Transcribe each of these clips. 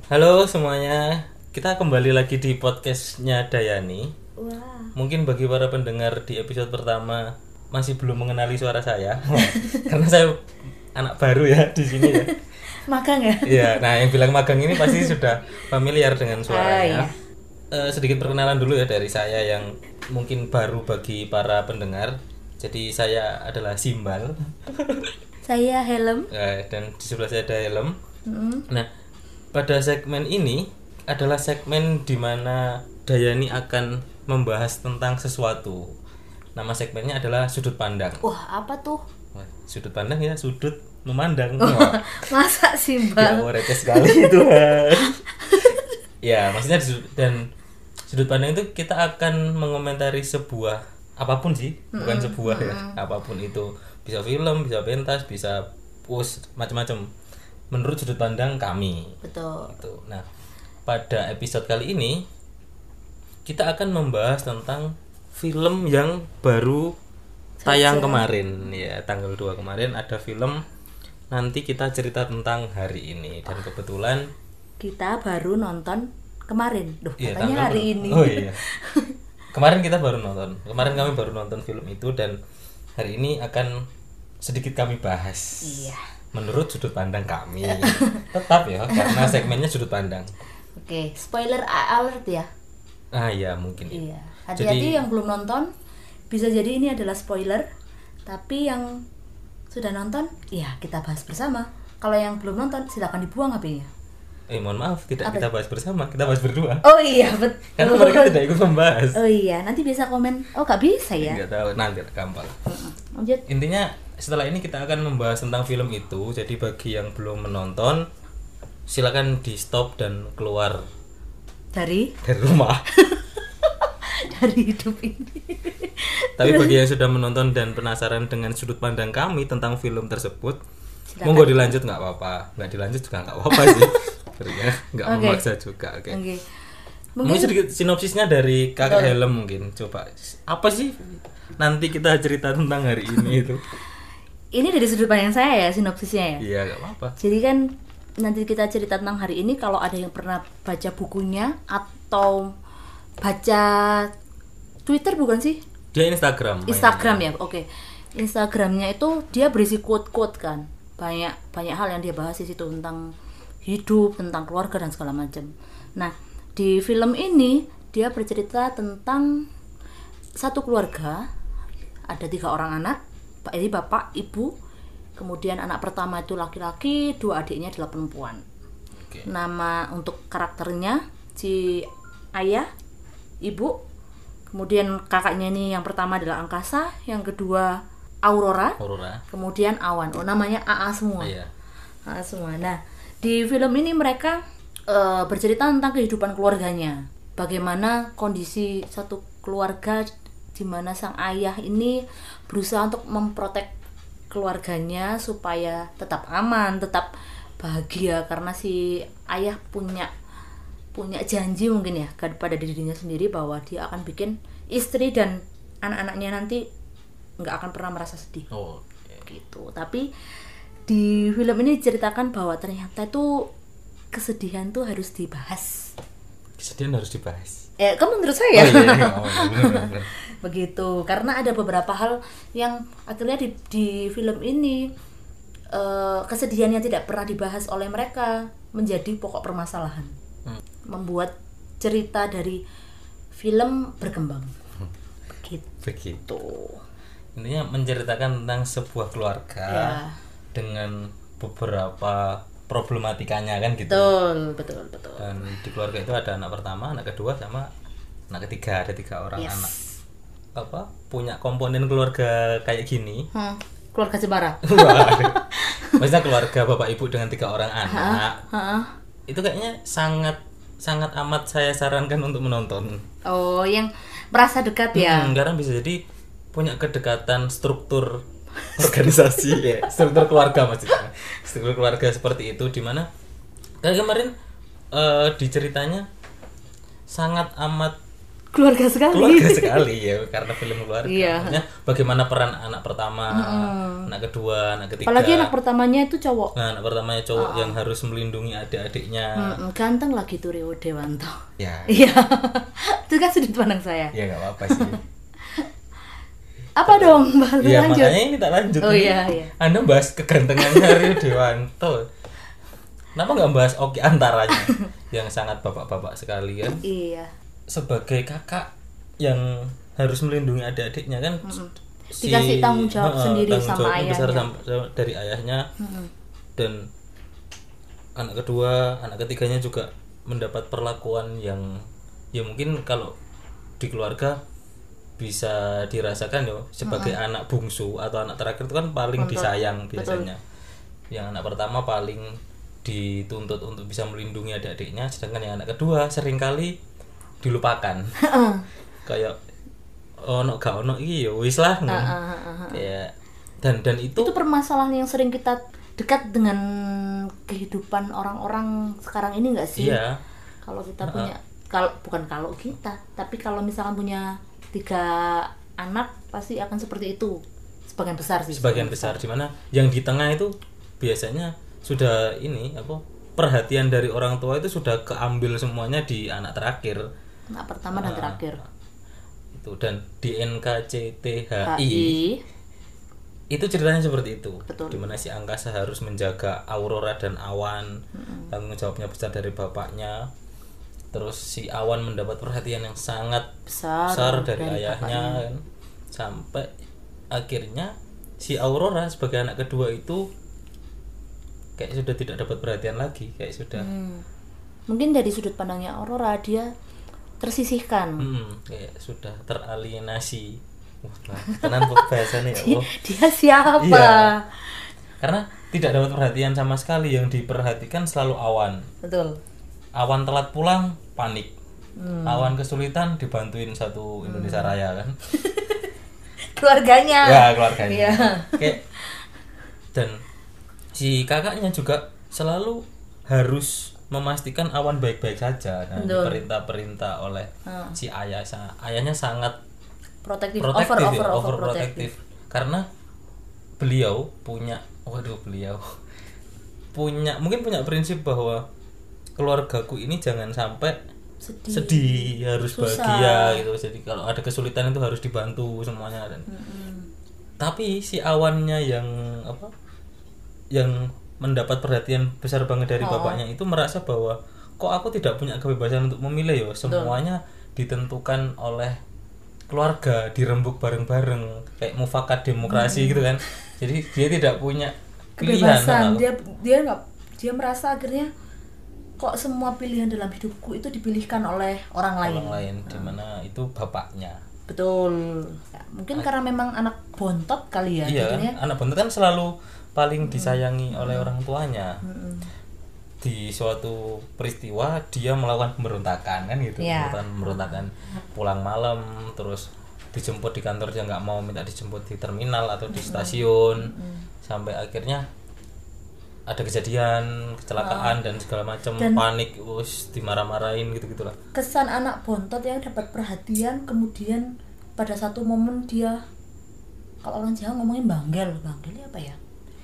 Halo semuanya, kita kembali lagi di podcastnya Dayani. Wah, Mungkin bagi para pendengar di episode pertama masih belum mengenali suara saya, karena saya anak baru ya di sini ya. magang ya? Iya, nah yang bilang magang ini pasti sudah familiar dengan suaranya. iya. Sedikit perkenalan dulu ya dari saya yang mungkin baru bagi para pendengar. Jadi saya adalah Simbal, Saya Helm. dan di sebelah saya ada Helm. Mm. Nah, pada segmen ini adalah segmen di mana Dayani akan membahas tentang sesuatu. Nama segmennya adalah sudut pandang. Wah, apa tuh? Wah, sudut pandang ya, sudut memandang. Wah, Masa sih, ya Bang? receh sekali itu. Ya, maksudnya dan sudut pandang itu kita akan mengomentari sebuah apapun sih, bukan sebuah ya, apapun itu. Bisa film, bisa pentas, bisa post, macam-macam. Menurut sudut pandang kami. Betul. Gitu. Nah, pada episode kali ini kita akan membahas tentang film yang baru tayang kemarin ya, tanggal 2 kemarin ada film. Nanti kita cerita tentang hari ini dan kebetulan Kita baru nonton kemarin. Duh, iya, katanya hari berapa? ini. Oh iya. Kemarin kita baru nonton. Kemarin kami baru nonton film itu dan hari ini akan sedikit kami bahas. Iya. Menurut sudut pandang kami. Tetap ya, karena segmennya sudut pandang. Oke, spoiler alert ya. Ah iya, mungkin. Iya. Hati-hati yang belum nonton. Bisa jadi ini adalah spoiler. Tapi yang sudah nonton, ya kita bahas bersama. Kalau yang belum nonton, silakan dibuang HP-nya. Mohon maaf, tidak kita bahas bersama, kita bahas berdua. Oh iya, betul. Karena mereka tidak ikut membahas. Oh iya, nanti bisa komen. Oh, gak bisa ya? Nggak tahu, nanti gampang. Lanjut. Intinya setelah ini kita akan membahas tentang film itu. Jadi bagi yang belum menonton, silakan di stop dan keluar Dari rumah. dari hidup ini. Tapi bagi yang sudah menonton dan penasaran dengan sudut pandang kami tentang film tersebut, Silakan. monggo dilanjut, nggak apa-apa. Nggak dilanjut juga nggak apa-apa sih. Sebenarnya nggak Oke. memaksa juga. Oke. Oke. Mungkin sedikit sinopsisnya dari Kakak Helm mungkin. Coba apa sih nanti kita cerita tentang hari ini itu? Ini dari sudut pandang saya ya sinopsisnya ya. Iya, nggak apa-apa. Jadi kan nanti kita cerita tentang hari ini, kalau ada yang pernah baca bukunya atau baca Twitter bukan sih? Dia Instagram. Instagram ya. Oke. Instagramnya itu dia berisi quote-quote kan. Banyak hal yang dia bahas di situ tentang hidup, tentang keluarga dan segala macam. Nah, di film ini dia bercerita tentang satu keluarga, ada 3 orang anak, jadi bapak, ibu, kemudian anak pertama itu laki-laki, 2 adiknya adalah perempuan. Oke. Nama untuk karakternya si ayah, ibu, kemudian kakaknya ini yang pertama adalah Angkasa, yang kedua Aurora, Aurora. kemudian Awan. Oh, namanya AA semua. Iya. AA semua. Nah, di film ini mereka bercerita tentang kehidupan keluarganya. Bagaimana kondisi satu keluarga di mana sang ayah ini berusaha untuk memprotek keluarganya supaya tetap aman, tetap bahagia, karena si ayah punya janji mungkin ya kepada dirinya sendiri bahwa dia akan bikin istri dan anak-anaknya nanti nggak akan pernah merasa sedih. Oh. Gitu. Tapi di film ini diceritakan bahwa ternyata itu kesedihan tuh harus dibahas. Kesedihan harus dibahas. Kan menurut saya. Oh iya. Oh, bener. Begitu. Karena ada beberapa hal yang akhirnya di film ini kesedihan yang tidak pernah dibahas oleh mereka menjadi pokok permasalahan. Membuat cerita dari film berkembang. Begitu. Intinya menceritakan tentang sebuah keluarga Ya. dengan beberapa problematikanya kan gitu. Betul. Dan di keluarga itu ada anak pertama, anak kedua, sama anak ketiga. Ada 3 orang Yes. anak. Punya komponen keluarga kayak gini. Keluarga Cemara. Wah, maksudnya keluarga bapak ibu dengan 3 orang anak. Itu kayaknya sangat amat saya sarankan untuk menonton. Oh, yang merasa dekat ya. Karena bisa jadi punya kedekatan struktur organisasi ya, struktur keluarga maksudnya. Struktur keluarga seperti itu, di mana kayak kemarin di ceritanya sangat amat keluarga sekali. Keluarga sekali ya, karena film keluarga. Iya. Maksudnya bagaimana peran anak pertama, anak kedua, anak ketiga. Apalagi anak pertamanya itu cowok. Nah, anak pertamanya cowok yang harus melindungi adik-adiknya. Ganteng lagi tuh Rio Dewanto. Ya. Iya. Itu kan sudut pandang saya. Ya nggak apa-apa sih. Apa dong, Mbak? Iya, Lanjut. makanya ini tak lanjut. Oh Ini iya, iya. Anda bahas kegantengannya Rio Dewanto. Kenapa nggak bahas Oki Antaranya yang sangat bapak-bapak sekali kan? Iya. Sebagai kakak yang harus melindungi adik-adiknya kan, Dikasih tanggung jawab sendiri tanggung sama jawabnya besar ayahnya. dari ayahnya. Dan anak kedua, anak ketiganya juga mendapat perlakuan yang ya mungkin kalau di keluarga bisa dirasakan ya, sebagai anak bungsu atau anak terakhir itu kan paling disayang biasanya. Yang anak pertama paling dituntut untuk bisa melindungi adik-adiknya, sedangkan yang anak kedua seringkali dilupakan. Kayak ono gak ono iki ya wis lah. Kayak dan itu permasalahan yang sering kita dekat dengan kehidupan orang-orang sekarang ini enggak sih? iya. Kalau kita punya kalau kita, tapi kalau misalkan punya 3 anak pasti akan seperti itu. Sebagian besar sih. Sebagian besar di mana yang di tengah itu biasanya sudah ini apa, perhatian dari orang tua itu sudah keambil semuanya di anak terakhir. Anak pertama dan terakhir. Itu dan di NKCTHI HI. itu ceritanya seperti itu. Betul. Dimana si Angkasa harus menjaga Aurora dan Awan, tanggung jawabnya besar dari bapaknya. Terus si Awan mendapat perhatian yang sangat besar dari ayahnya kan. Sampai akhirnya si Aurora sebagai anak kedua itu kayak sudah tidak dapat perhatian lagi, kayak sudah Mungkin dari sudut pandangnya Aurora dia tersisihkan. kayak sudah teralienasi. Wah, tenan bahasanya ya Allah. Dia siapa? Iya. Karena tidak dapat perhatian sama sekali, yang diperhatikan selalu Awan. Betul. Awan telat pulang panik. Awan kesulitan dibantuin satu Indonesia Raya kan. Keluarganya. Ya, keluarganya. Iya. Kayak dan si kakaknya juga selalu harus memastikan Awan baik-baik saja. Nah, diperintah-perintah oleh si ayah. Ayahnya sangat Protektif, overprotective. Karena beliau punya mungkin punya prinsip bahwa keluargaku ini jangan sampai sedih, harus susah, bahagia gitu. Jadi kalau ada kesulitan itu harus dibantu semuanya dan tapi si Awannya yang mendapat perhatian besar banget dari bapaknya itu merasa bahwa kok aku tidak punya kebebasan untuk memilih ya, semuanya ditentukan oleh keluarga, dirembuk bareng-bareng kayak mufakat demokrasi gitu kan. Jadi dia tidak punya pilihan. Kebebasan. Dia merasa akhirnya kok semua pilihan dalam hidupku itu dipilihkan oleh orang lain. Di mana itu bapaknya. Betul. Ya, mungkin karena memang anak bontot kali ya. Iya kan? Anak bontot kan selalu paling disayangi oleh orang tuanya. Di suatu peristiwa dia melakukan pemberontakan kan gitu. Pemberontakan pulang malam, terus dijemput di kantor, dia nggak mau, minta dijemput di terminal atau di stasiun, sampai akhirnya ada kejadian kecelakaan dan segala macam, panik, dimarah-marahin gitu-gitulah. Kesan anak bontot yang dapat perhatian, kemudian pada satu momen dia, kalau orang Jawa ngomongin banggel apa ya,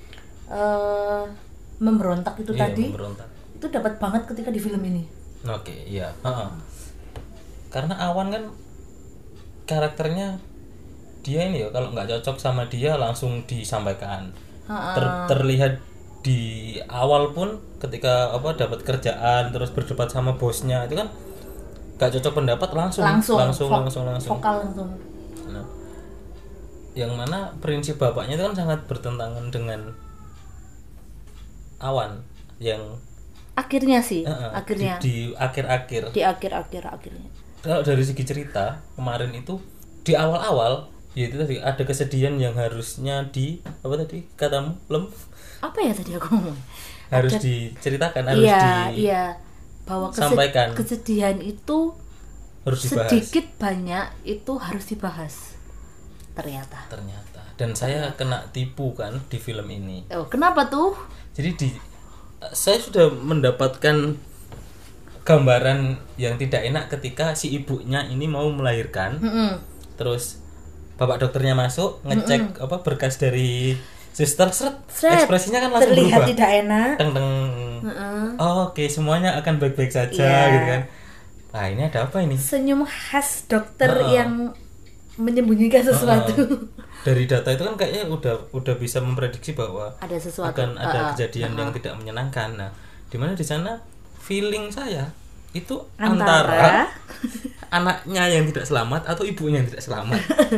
memberontak itu tadi. Memberontak. Itu dapat banget ketika di film ini. Oke, iya. Karena Awan kan karakternya dia ini ya, kalau nggak cocok sama dia langsung disampaikan. Terlihat di awal pun ketika dapat kerjaan terus berdebat sama bosnya itu kan gak cocok pendapat langsung vokal langsung. Nah, yang mana prinsip bapaknya itu kan sangat bertentangan dengan Awan yang akhirnya di akhir-akhir kalau dari segi cerita kemarin itu di awal-awal yaitu tadi ada kesedihan yang harusnya katamu Lem? Apa ya tadi aku ngomong? Harus diceritakan, harus bahwa sampaikan. Kesedihan itu harus dibahas. Sedikit banyak itu harus dibahas. Ternyata. Dan saya kena tipu kan di film ini. Oh, kenapa tuh? Jadi saya sudah mendapatkan gambaran yang tidak enak ketika si ibunya ini mau melahirkan. Terus bapak dokternya masuk ngecek berkas dari suster, ekspresinya kan langsung terlihat berubah. tidak enak. Teng. Oke, semuanya akan baik-baik saja gitu kan. Nah, ini ada apa ini? Senyum khas dokter yang menyembunyikan sesuatu. Dari data itu kan kayaknya udah bisa memprediksi bahwa ada sesuatu, akan ada kejadian yang tidak menyenangkan. Nah, dimana di sana feeling saya itu antara anaknya yang tidak selamat atau ibunya yang tidak selamat.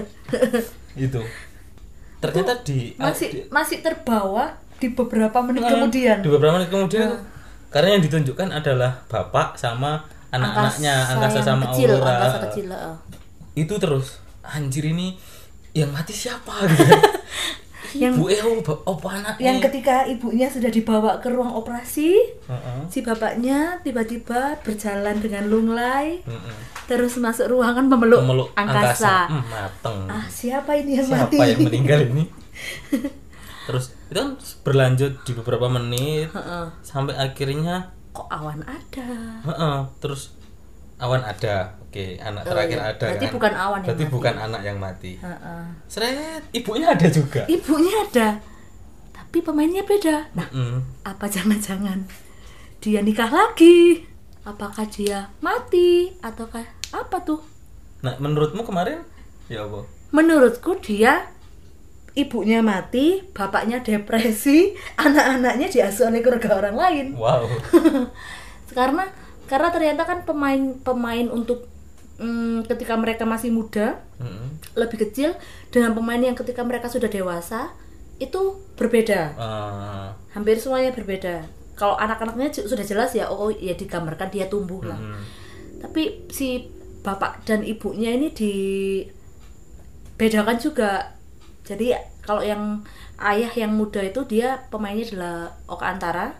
Itu ternyata masih terbawa di beberapa menit kemudian. Di beberapa menit kemudian karena yang ditunjukkan adalah bapak sama anak-anaknya, Angkasa sama kecil, Aurora. Angkasa kecil. Itu terus anjir, ini yang mati siapa gitu. Ibu anaknya. Yang ketika ibunya sudah dibawa ke ruang operasi, si bapaknya tiba-tiba berjalan dengan lunglai, terus masuk ruangan memeluk Angkasa. Mateng. Siapa ini yang mati? Siapa yang meninggal ini? Terus itu kan berlanjut di beberapa menit sampai akhirnya kok awan ada. Terus awan ada. Oke, anak terakhir ada. Berarti kan? bukan awan yang Berarti mati. bukan anak yang mati. Seret, ibunya ada juga. Ibunya ada. Tapi pemainnya beda. Nah, apa jangan-jangan dia nikah lagi? Apakah dia mati ataukah apa tuh? Nah, menurutmu kemarin ya apa? Menurutku dia ibunya mati, bapaknya depresi, anak-anaknya diasuh oleh keluarga orang lain. Wow. Karena ternyata kan pemain untuk ketika mereka masih muda, lebih kecil, dengan pemain yang ketika mereka sudah dewasa itu berbeda. Hampir semuanya berbeda. Kalau anak-anaknya sudah jelas ya, ya digambarkan dia tumbuh lah. Tapi si bapak dan ibunya ini dibedakan juga. Jadi kalau yang ayah yang muda itu dia pemainnya adalah Oka Antara.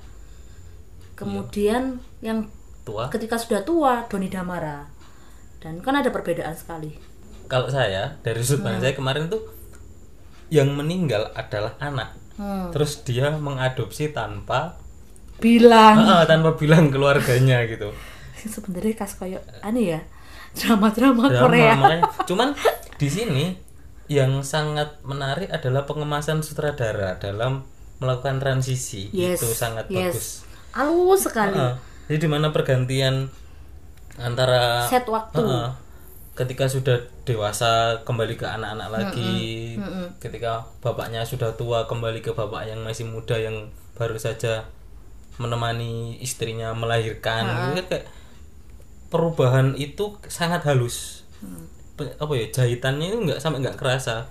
Kemudian yang Tua. Ketika sudah tua, Doni Damara. Dan kan ada perbedaan sekali. Kalau saya dari sudut pandang saya kemarin tuh yang meninggal adalah anak. Terus dia mengadopsi tanpa bilang keluarganya gitu. Sebenarnya kas koyo aneh ya. Drama Korea. Makanya, cuman di sini yang sangat menarik adalah pengemasan sutradara dalam melakukan transisi. Itu sangat bagus. Halus sekali. Jadi di mana pergantian antara set waktu ketika sudah dewasa kembali ke anak-anak lagi, ketika bapaknya sudah tua kembali ke bapak yang masih muda yang baru saja menemani istrinya melahirkan. Gitu, kayak perubahan itu sangat halus. Jahitannya itu nggak kerasa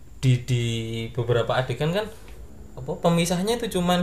di beberapa adegan kan. Pemisahnya itu cuman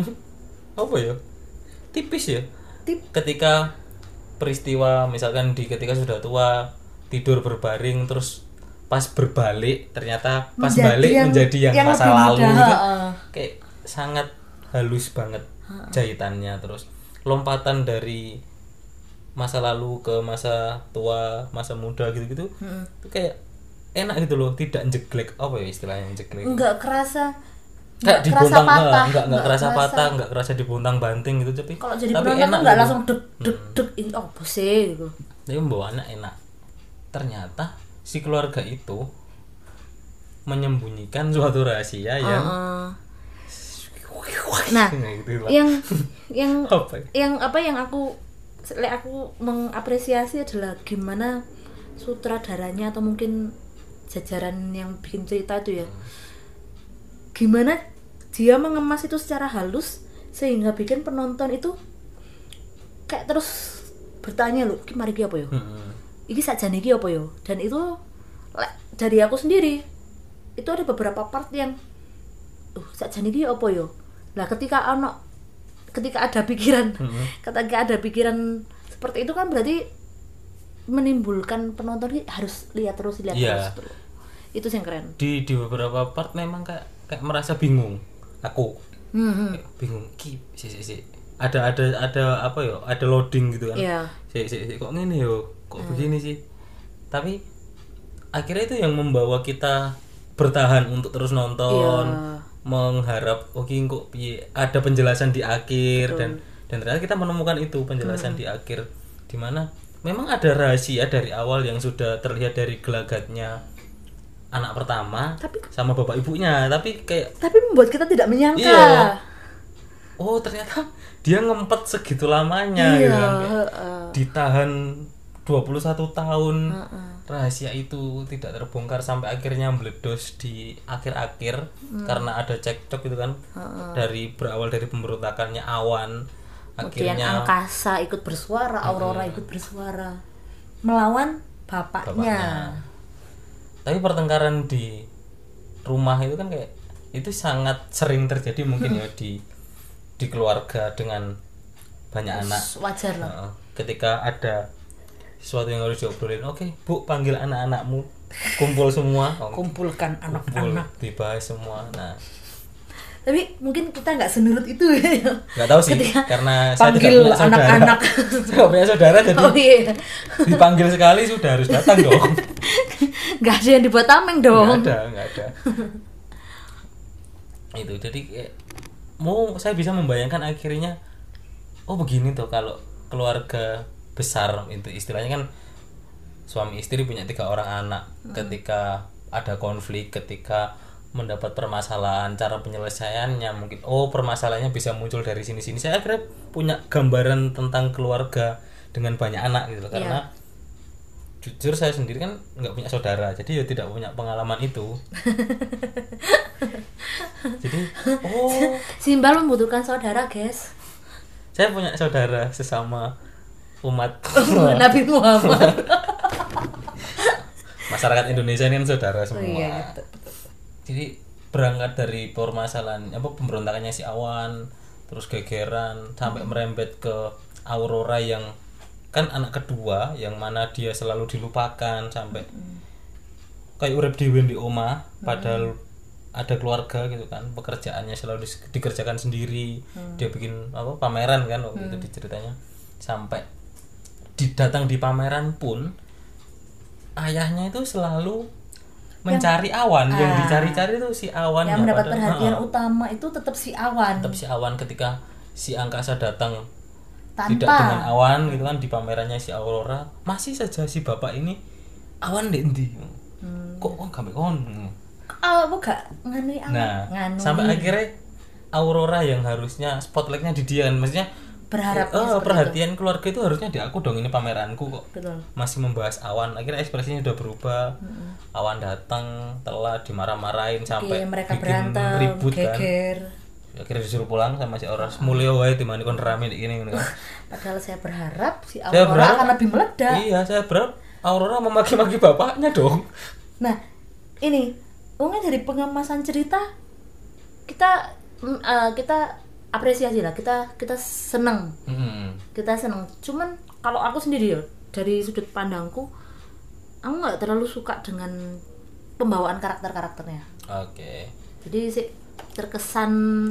tipis ya. Ketika peristiwa misalkan ketika sudah tua tidur berbaring, terus pas berbalik ternyata menjadi yang masa lalu gitu. Kayak sangat halus banget jahitannya. Terus lompatan dari masa lalu ke masa tua, masa muda gitu-gitu. Itu kayak enak gitu loh, tidak jeglek. Apa ya istilahnya jeglek? Enggak kerasa. Enggak dibontang patah, enggak kerasa patah, enggak kerasa dibontang banting gitu, tapi kalau jadi penonton enggak gitu. Langsung deg ini apa sih gitu. Tapi membawa anak enak. Ternyata si keluarga itu menyembunyikan suatu rahasia yang gitu yang aku mengapresiasi adalah gimana sutradaranya atau mungkin jajaran yang bikin cerita itu ya. Gimana dia mengemas itu secara halus sehingga bikin penonton itu kayak terus bertanya loh, iki mari iki apa yo? Iki sakjane iki apa yo? Dan itu dari aku sendiri itu ada beberapa part yang sakjane iki apa yo? Lah ketika ada pikiran ketika ada pikiran seperti itu kan berarti menimbulkan penonton harus lihat terus. Itu yang keren. Di beberapa part memang kayak merasa bingung. Aku bingung si ada apa ya, ada loading gitu kan. Kok ngene yo, kok begini sih. Tapi akhirnya itu yang membawa kita bertahan untuk terus nonton, mengharap kok ada penjelasan di akhir. dan ternyata kita menemukan itu penjelasan di akhir dimana memang ada rahasia dari awal yang sudah terlihat dari gelagatnya anak pertama sama bapak ibunya, tapi membuat kita tidak menyangka. Iya. Oh ternyata dia ngempet segitu lamanya gitu kan. Ditahan 21 tahun. Rahasia itu tidak terbongkar sampai akhirnya meledos di akhir-akhir karena ada cekcok gitu kan. Berawal dari pemberontakannya Awan. Kemudian Akhirnya Angkasa ikut bersuara, Aurora ikut bersuara melawan bapaknya. Tapi pertengkaran di rumah itu kan kayak itu sangat sering terjadi mungkin ya di keluarga dengan banyak anak. Wajar lah. Ketika ada sesuatu yang harus diobrolin, oke, Bu, panggil anak-anakmu, kumpul semua. Kumpulkan anak-anak, dibahas semua. Nah, tapi mungkin kita nggak senurut itu ya. Nggak tahu sih, karena saya panggil tidak punya saudara. Anak-anak. Saya nggak punya saudara, jadi dipanggil sekali sudah harus datang dong. Nggak ada yang dibuat tameng dong. Nggak ada. Itu jadi saya bisa membayangkan akhirnya, oh begini tuh kalau keluarga besar itu istilahnya kan suami istri punya 3 orang anak. Ketika ada konflik, ketika mendapat permasalahan, cara penyelesaiannya mungkin permasalahannya bisa muncul dari sini. Saya akhirnya punya gambaran tentang keluarga dengan banyak anak gitu karena jujur saya sendiri kan nggak punya saudara, jadi ya tidak punya pengalaman itu. Jadi Simbal membutuhkan saudara, guys. Saya punya saudara sesama umat Nabi Muhammad. Masyarakat Indonesia ini kan saudara semua. Iya, betul. Jadi berangkat dari permasalahan pemberontakannya si Awan, terus gegeran sampai merembet ke Aurora yang kan anak kedua, yang mana dia selalu dilupakan sampai kayak urip dhewe di omah, padahal ada keluarga gitu kan, pekerjaannya selalu dikerjakan sendiri. Dia bikin pameran kan waktu itu diceritanya, sampai datang di pameran pun ayahnya itu selalu mencari Awan, yang dicari-cari itu si Awan, yang mendapat perhatian utama itu tetap si Awan. Ketika si Angkasa datang tidak dengan Awan gitu kan di pamerannya si Aurora, masih saja si bapak ini Awan dendi. Kok gambe kon. Gak nganui Awan. Nah, sampai akhirnya Aurora yang harusnya spotlightnya di dia, maksudnya perhatian keluarga itu harusnya di aku dong, ini pameranku kok. Betul. Masih membahas Awan, akhirnya ekspresinya udah berubah. Awan datang telat, dimarah-marahin sampai mereka bikin berantem, ribut geger. Kan. Akhirnya disuruh pulang sama si Aurora. Mulio wae dimana kon rame ini kan. Padahal saya berharap si Aurora akan lebih meledak. Iya, saya berharap Aurora memaki-maki bapaknya dong. Nah, ini mungkin dari pengemasan cerita kita apresiasi lah, kita seneng. Kita seneng. Cuman kalau aku sendiri ya, dari sudut pandangku, aku nggak terlalu suka dengan pembawaan karakternya. Oke. Jadi sih terkesan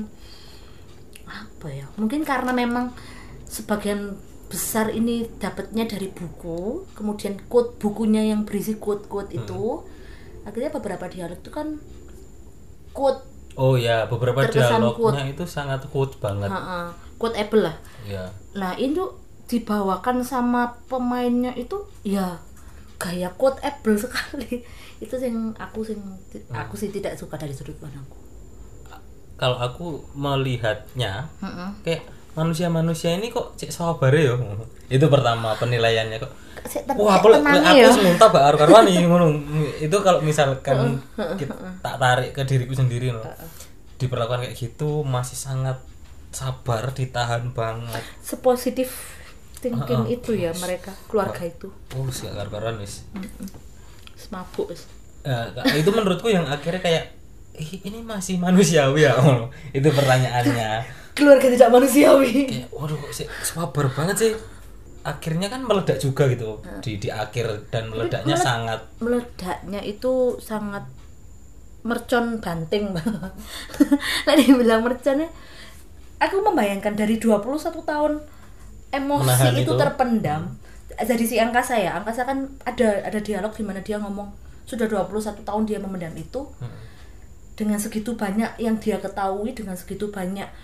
apa ya? Mungkin karena memang sebagian besar ini dapatnya dari buku, kemudian quote bukunya yang berisi quote itu, akhirnya beberapa dialog itu kan quote. Oh ya, beberapa dialognya itu sangat quote banget. Quoteable lah. Iya. Nah, itu dibawakan sama pemainnya itu ya gaya quoteable sekali. Itu yang aku sih tidak suka dari sudut pandangku. Kalau aku melihatnya kayak manusia-manusia ini kok cek sabare ya. Itu pertama penilaiannya kok. Wah, aku semuntah bak karo-karoan ngono. Itu kalau misalkan kita tak tarik ke diriku sendiri loh. Diperlakukan kayak gitu masih sangat sabar, ditahan banget. Sepositif thinking itu ya mereka, keluarga itu. Gak karo-karoan wis. Semabuk wis. Itu menurutku yang akhirnya kayak ini masih manusiawi ya. Itu pertanyaannya. Keluarga tidak manusiawi. Kayak waduh kok sabar banget sih. Akhirnya kan meledak juga gitu di akhir, dan meledaknya meledaknya itu sangat mercon banting banget. Lah dibilang merconnya, aku membayangkan dari 21 tahun emosi menahan itu terpendam. Jadi si Angkasa kan ada dialog di mana dia ngomong sudah 21 tahun dia memendam itu. Dengan segitu banyak yang dia ketahui, dengan segitu banyak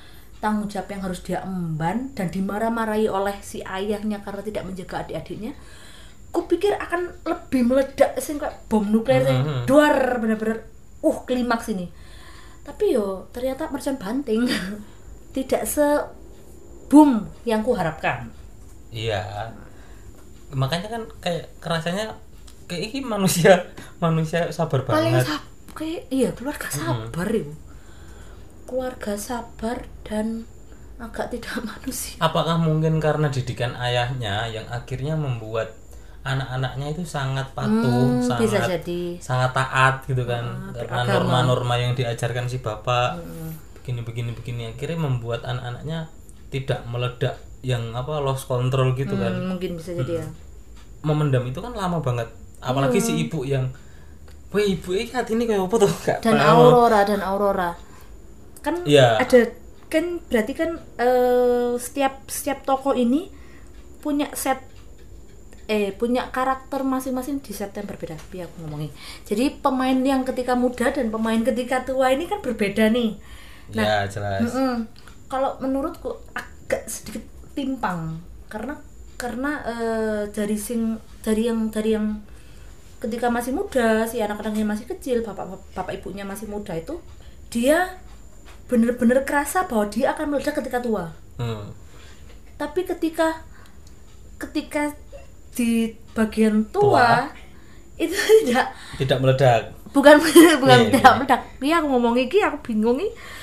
tanggung jawab yang harus dia emban dan dimarah-marahi oleh si ayahnya karena tidak menjaga adik-adiknya, kupikir akan lebih meledak sing kayak bom nuklir duar bener-bener klimaks ini. Tapi yo ternyata mercon banting tidak se-boom yang kuharapkan. Iya. Makanya kan kayak kerasanya kayak ini manusia sabar banget. Keluarga sabar ya. Keluarga sabar dan agak tidak manusia. Apakah mungkin karena didikan ayahnya yang akhirnya membuat anak-anaknya itu sangat patuh, sangat taat gitu kan, karena norma-norma yang diajarkan si bapak begini akhirnya membuat anak-anaknya tidak meledak yang lost control gitu kan. Mungkin bisa jadi ya. Memendam itu kan lama banget, apalagi si ibu yang ibu ini hati ini kayak apa tuh dan Aurora kan ada kan berarti kan setiap tokoh ini punya punya karakter masing-masing di set yang berbeda. Biar aku ngomongin. Jadi pemain yang ketika muda dan pemain ketika tua ini kan berbeda nih. Nah, ya jelas. Kalau menurutku agak sedikit timpang karena dari yang ketika masih muda, si anak-anaknya masih kecil, bapak ibunya masih muda itu, dia bener-bener kerasa bahwa dia akan meledak ketika tua. Tapi ketika di bagian tua itu tidak meledak. Bukan tidak meledak. Aku ngomong iki aku bingung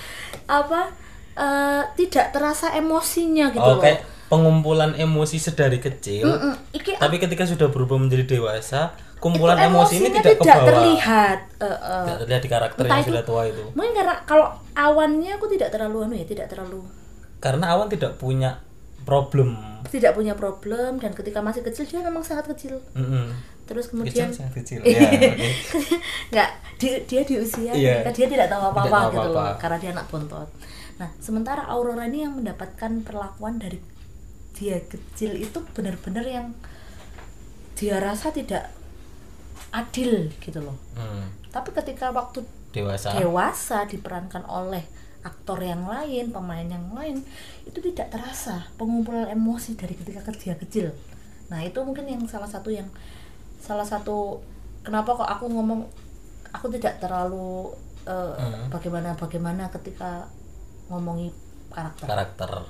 tidak terasa emosinya gitu loh. Kayak pengumpulan emosi sedari kecil. Tapi ketika sudah berubah menjadi dewasa, kumpulan emosi ini tidak terlihat. Tidak terlihat di karakter yang sudah tua itu. Mungkin karena kalau awannya aku tidak terlalu karena awan tidak punya problem dan ketika masih kecil dia memang sangat kecil. Terus kemudian sangat kecil. Ya, okay. Nggak, dia di usia ketika dia tidak tahu apa-apa gitu loh, karena dia anak bontot. Nah, sementara Aurora ini yang mendapatkan perlakuan dari dia kecil itu benar-benar yang dia rasa tidak adil gitu loh. Tapi ketika waktu dewasa diperankan oleh aktor yang lain, pemain yang lain, itu tidak terasa pengumpulan emosi dari ketika dia kecil. Nah, itu mungkin yang salah satu kenapa kok aku ngomong aku tidak terlalu bagaimana ketika ngomongi karakter.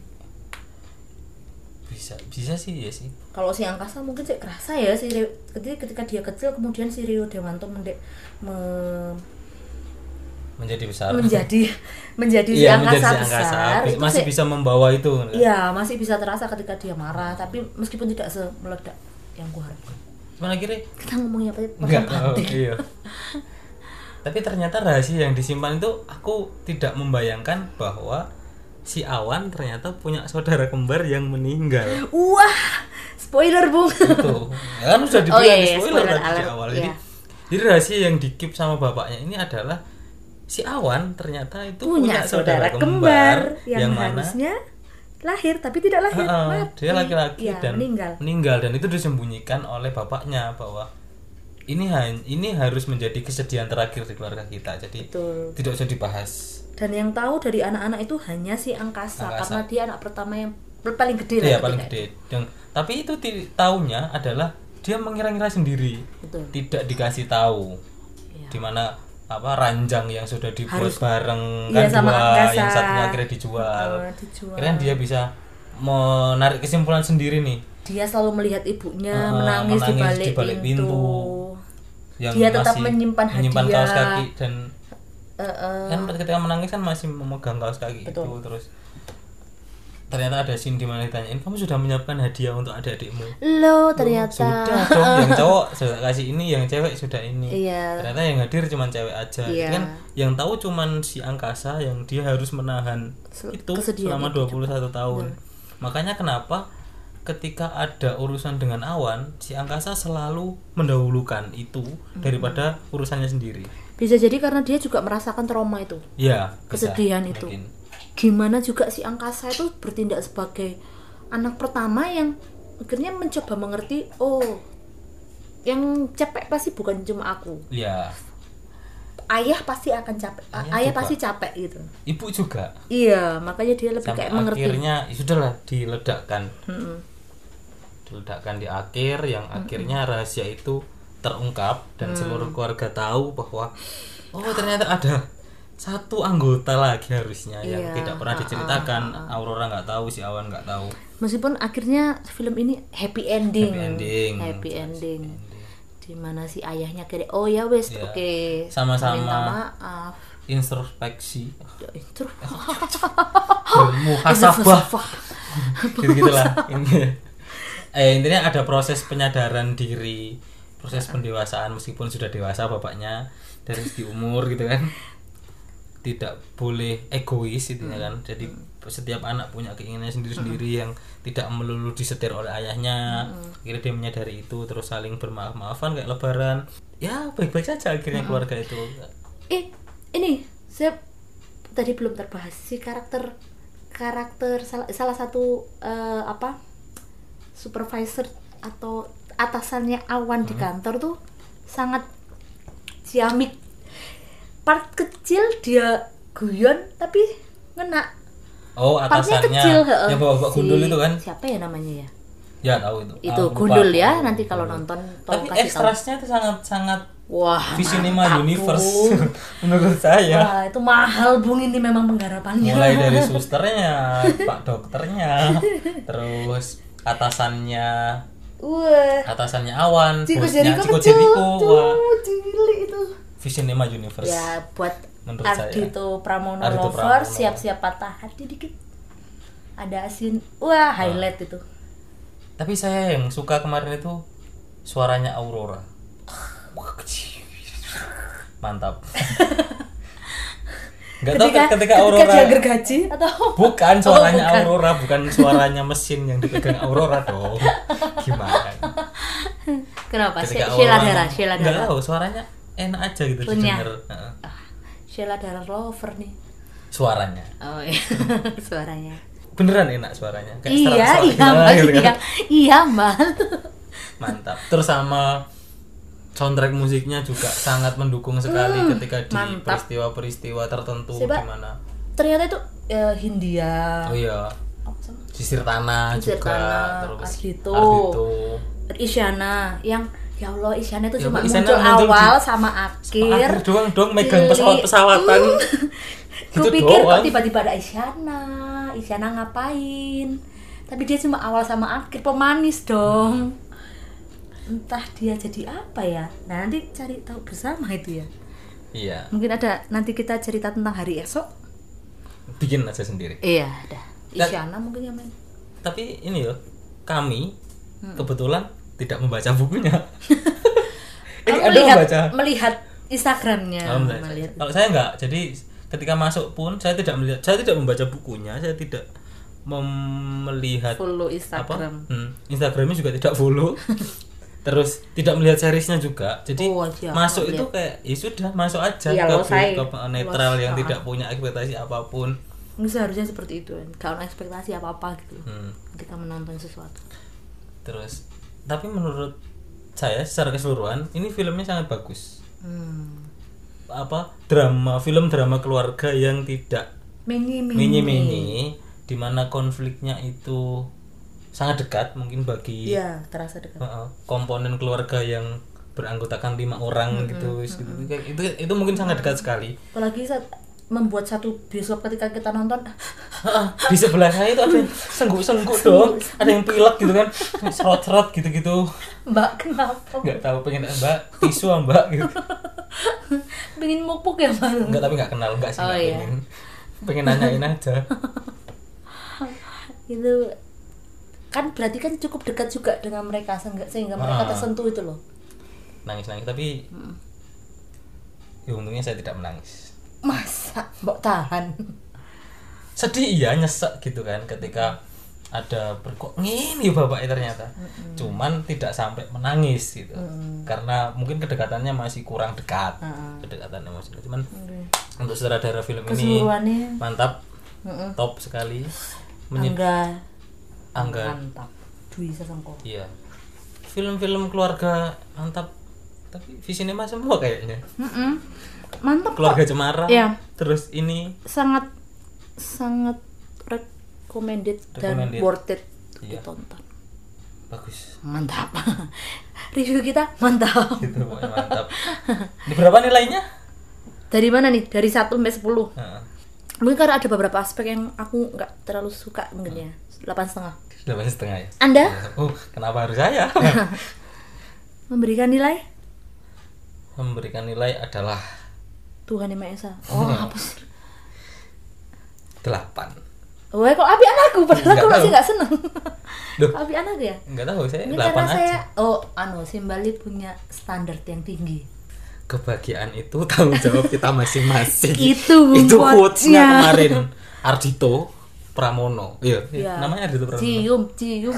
Bisa sih ya sih. Kalau si angkasa mungkin sih kerasa ya sih ketika dia kecil, kemudian si Rio Dewanto menjadi besar, menjadi si angkasa besar, masih bisa membawa itu. Iya, masih bisa terasa ketika dia marah, tapi meskipun tidak semeledak yang kuharapkan. Cuman akhirnya kita ngomongin apa? Iya. Tapi ternyata rahasia yang disimpan itu aku tidak membayangkan bahwa si Awan ternyata punya saudara kembar yang meninggal. Wah, spoiler Bung. Itu. Ya kan sudah dibilang spoiler tadi di awal. Jadi rahasia yang dikip sama bapaknya ini adalah si Awan ternyata itu punya saudara kembar yang harusnya lahir tapi tidak lahir, mati. Dia laki-laki dan meninggal dan itu disembunyikan oleh bapaknya bahwa ini harus menjadi kesedihan terakhir di keluarga kita. Jadi tidak usah dibahas. Dan yang tahu dari anak-anak itu hanya si angkasa. Karena dia anak pertama yang paling gede lah. Iya, paling gede. Tapi itu tahunya adalah dia mengira-ngira sendiri. Betul. Tidak dikasih tahu. Di mana ranjang yang sudah dibuat bareng kan dua, yang satunya akhirnya dijual. Akhirnya dia bisa menarik kesimpulan sendiri nih. Dia selalu melihat ibunya menangis di balik pintu. Yang dia tetap menyimpan kaos kaki dan kan ketika menangis kan masih memegang kaos kaki. Betul. Itu terus ternyata ada scene di mana ditanyain, kamu sudah menyiapkan hadiah untuk adik-adikmu? Loh, ternyata sudah dong, yang cowok sudah kasih ini, yang cewek sudah ini. Iya. Ternyata yang hadir cuma cewek aja. Iya. Kan yang tahu cuma si angkasa yang dia harus menahan itu selama 21 tahun. Makanya kenapa ketika ada urusan dengan Awan, si angkasa selalu mendahulukan itu daripada urusannya sendiri. Bisa jadi karena dia juga merasakan trauma itu. Iya, kesedihan itu. Mungkin. Gimana juga si angkasa itu bertindak sebagai anak pertama yang akhirnya mencoba mengerti, yang capek pasti bukan cuma aku. Iya. ayah pasti akan capek. Ayah juga. pasti capek gitu. Ibu juga. Iya, makanya dia lebih Sampai kayak mengerti. akhirnya ya sudahlah diledakkan. Mm-mm. Diledakkan di akhir yang akhirnya rahasia itu terungkap dan seluruh keluarga tahu bahwa ternyata ada satu anggota lagi harusnya yang Iya, tidak pernah diceritakan. Aurora nggak tahu, si Awan nggak tahu. Meskipun akhirnya film ini happy ending. Happy ending. Dimana si ayahnya kira ya wes Iya. oke. Sama-sama Minta maaf. Introspeksi, Itu bermuhasabah, gitu-gitulah. Intinya ada proses penyadaran diri, proses pendewasaan meskipun sudah dewasa bapaknya dari segi umur gitu kan. Tidak boleh egois intinya kan. Jadi setiap anak punya keinginannya sendiri-sendiri yang tidak melulu disetir oleh ayahnya. Akhirnya dia menyadari itu, terus saling bermaaf-maafan kayak lebaran. Ya baik-baik saja akhirnya keluarga itu. Ini saya tadi belum terbahas si karakter salah satu supervisor atau atasannya Awan di kantor tuh sangat ciamik. Part kecil dia guyon tapi ngena. Partnya Atasannya kecil, yang bawa gundul itu kan. Siapa ya namanya ya? Ya tahu itu. Itu Lupa. gundul ya, nanti kalau nonton tolong Tapi kasih tahu. ekstrasnya itu sangat Wah, Visinema mantap, Universe Bung. menurut saya. Wah, itu mahal Bung ini memang penggarapannya. Mulai dari susternya, pak dokternya, terus atasannya Awan, bosnya Chico Jericho. Wah, cilik itu. Visinema Universe. Ya, buat Menurut Ardhito Pramono Ardhito lovers Pramono. siap-siap patah hati dikit. Ada asin. Wah, highlight itu. Tapi saya yang suka kemarin itu suaranya Aurora. Mantap. Nggak tahu ketika Aurora dia gergaji atau bukan suaranya bukan. Aurora, bukan suaranya mesin yang dipegang Aurora dong. Gimana? Kenapa? Ketika Sheila Aurora Dara. nggak tahu, suaranya enak aja gitu Renyah. didengar. Heeh. Sheila Dara lover nih. Suaranya Oh iya. Suaranya. beneran enak suaranya. Iya, suara gitu kan. iya, Mbak. Mantap. Terus sama soundtrack musiknya juga sangat mendukung sekali ketika di mantap. peristiwa-peristiwa tertentu Coba. di mana. Ternyata itu Hindia. Oh iya, Apa sama? Sisir Tanah Sisir juga, Tanah, terus Ardhito. Isyana. Yang ya Allah Isyana itu Ya, cuma Isyana muncul muncul awal di- sama akhir. doang megang Cilik. pesawat-pesawatan. Gitu Kupikir kok doang. tiba-tiba ada Isyana ngapain? Tapi dia cuma awal sama akhir, pemanis dong. Entah dia jadi apa ya. Nah, nanti cari tahu bersama itu ya. Iya, Mungkin ada nanti kita cerita tentang hari esok. bikin aja sendiri. Iya, ada. Dan- Isyana mungkin yang main. Tapi ini loh, kami kebetulan tidak membaca bukunya. Kamu Ada melihat Instagramnya. Oh, enggak. melihat. Kalau saya enggak, jadi ketika masuk pun saya tidak membaca bukunya, saya tidak melihat Follow Instagram. Instagramnya juga tidak follow. Terus tidak melihat seriesnya juga, jadi Oh, iya, masuk lihat. itu kayak ya sudah masuk aja Iya, ke selesai. netral yang Los, tidak punya ekspektasi apapun. Ini seharusnya seperti itu kan. Gak ada ekspektasi apa-apa gitu. Hmm. Kita menonton sesuatu. Terus tapi menurut saya secara keseluruhan ini filmnya sangat bagus. Film drama keluarga yang tidak menye-menye, di mana konfliknya itu sangat dekat mungkin bagi Iya, terasa dekat. komponen keluarga yang beranggotakan 5 orang gitu, itu mungkin sangat dekat sekali. Apalagi saat membuat satu bioskop ketika kita nonton Di sebelah saya itu ada yang sengguk-sengguk dong, ada yang pilek gitu kan, serot-serot gitu-gitu. Mbak kenapa? Nggak tahu, pengen Mbak tisu ah, Mbak gitu. Pengen mupuk ya Mbak? Enggak, tapi nggak kenal, enggak sih, Oh, nggak iya. pengen nanyain aja. Itu kan berarti kan cukup dekat juga dengan mereka sehingga mereka tersentuh itu loh. Nangis-nangis tapi ya untungnya saya tidak menangis. Masa mbok tahan? Sedih iya, nyesek gitu kan ketika ada kok ngini bapaknya ternyata. Cuman tidak sampai menangis gitu. Karena mungkin kedekatannya masih kurang dekat. Kedekatannya masih dekat. Cuman untuk sutradara film ini Keseluruhannya mantap. Top sekali. Angga. Mantap. Dwi Sasongko. Iya. Film-film keluarga mantap. Tapi Visinema semua kayaknya. mantap Keluarga kok. Cemara. Iya. Terus ini Sangat recommended dan Recommended. worth it untuk Iya. ditonton. bagus. Mantap. Review kita mantap. Gitu pokoknya mantap. Ini berapa nilainya? Dari mana nih? Dari 1 sampai 10. Heeh. Mungkin karena ada beberapa aspek yang aku nggak terlalu suka mungkin ya. 8,5. 8,5 ya. Anda Kenapa harus saya? memberikan nilai? Memberikan nilai adalah Tuhan Yang Maha Esa. Oh, apa sih? 8. Wah, kok api anakku padahal Nggak aku masih tahu. nggak seneng. Duh. Api anakku ya? Enggak tahu, saya Ini 8 karena aja. saya Simbali punya standar yang tinggi. Kebahagiaan itu tanggung jawab kita masing-masing. Itu quotes-nya quotes-nya. kemarin Ardhito Pramono. Iya, Ya. namanya Ardhito Pramono. Cium.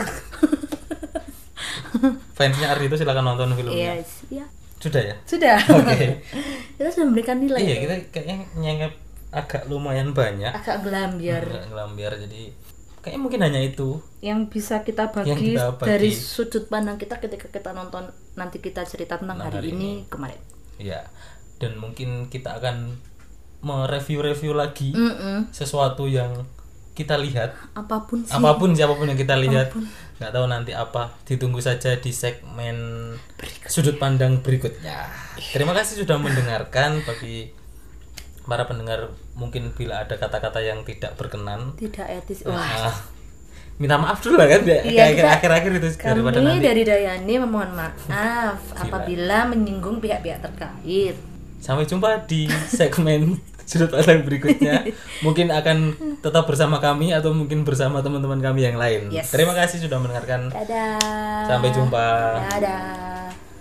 Fansnya Ardhito silakan nonton filmnya. Yes, ya. Sudah ya? Sudah. Oke. Kita sudah memberikan nilai. Iya, ya. kita kayaknya nyengep agak lumayan banyak. Agak gelambiar. Agak ngelambiar, jadi kayaknya mungkin hanya itu. Yang bisa kita bagi, Yang kita bagi. dari sudut pandang kita ketika kita nonton, nanti kita cerita tentang Nah, hari hari ini kemarin. Ya. Dan mungkin kita akan mereview-review lagi Mm-mm. sesuatu yang kita lihat. Apapun sih. Siapapun yang kita lihat, nggak tahu nanti apa, ditunggu saja di segmen sudut pandang berikutnya. Terima kasih sudah mendengarkan. Bagi para pendengar, mungkin bila ada kata-kata yang tidak berkenan, Tidak etis. Wah. minta maaf dulu lah kan, Iya, kita- akhir-akhir itu daripada Kami nanti dari Dayani memohon maaf apabila menyinggung pihak-pihak terkait. sampai jumpa di segmen sudut pandang berikutnya. Mungkin akan tetap bersama kami atau mungkin bersama teman-teman kami yang lain. Yes. Terima kasih sudah mendengarkan. Dadah. Sampai jumpa. Dadah.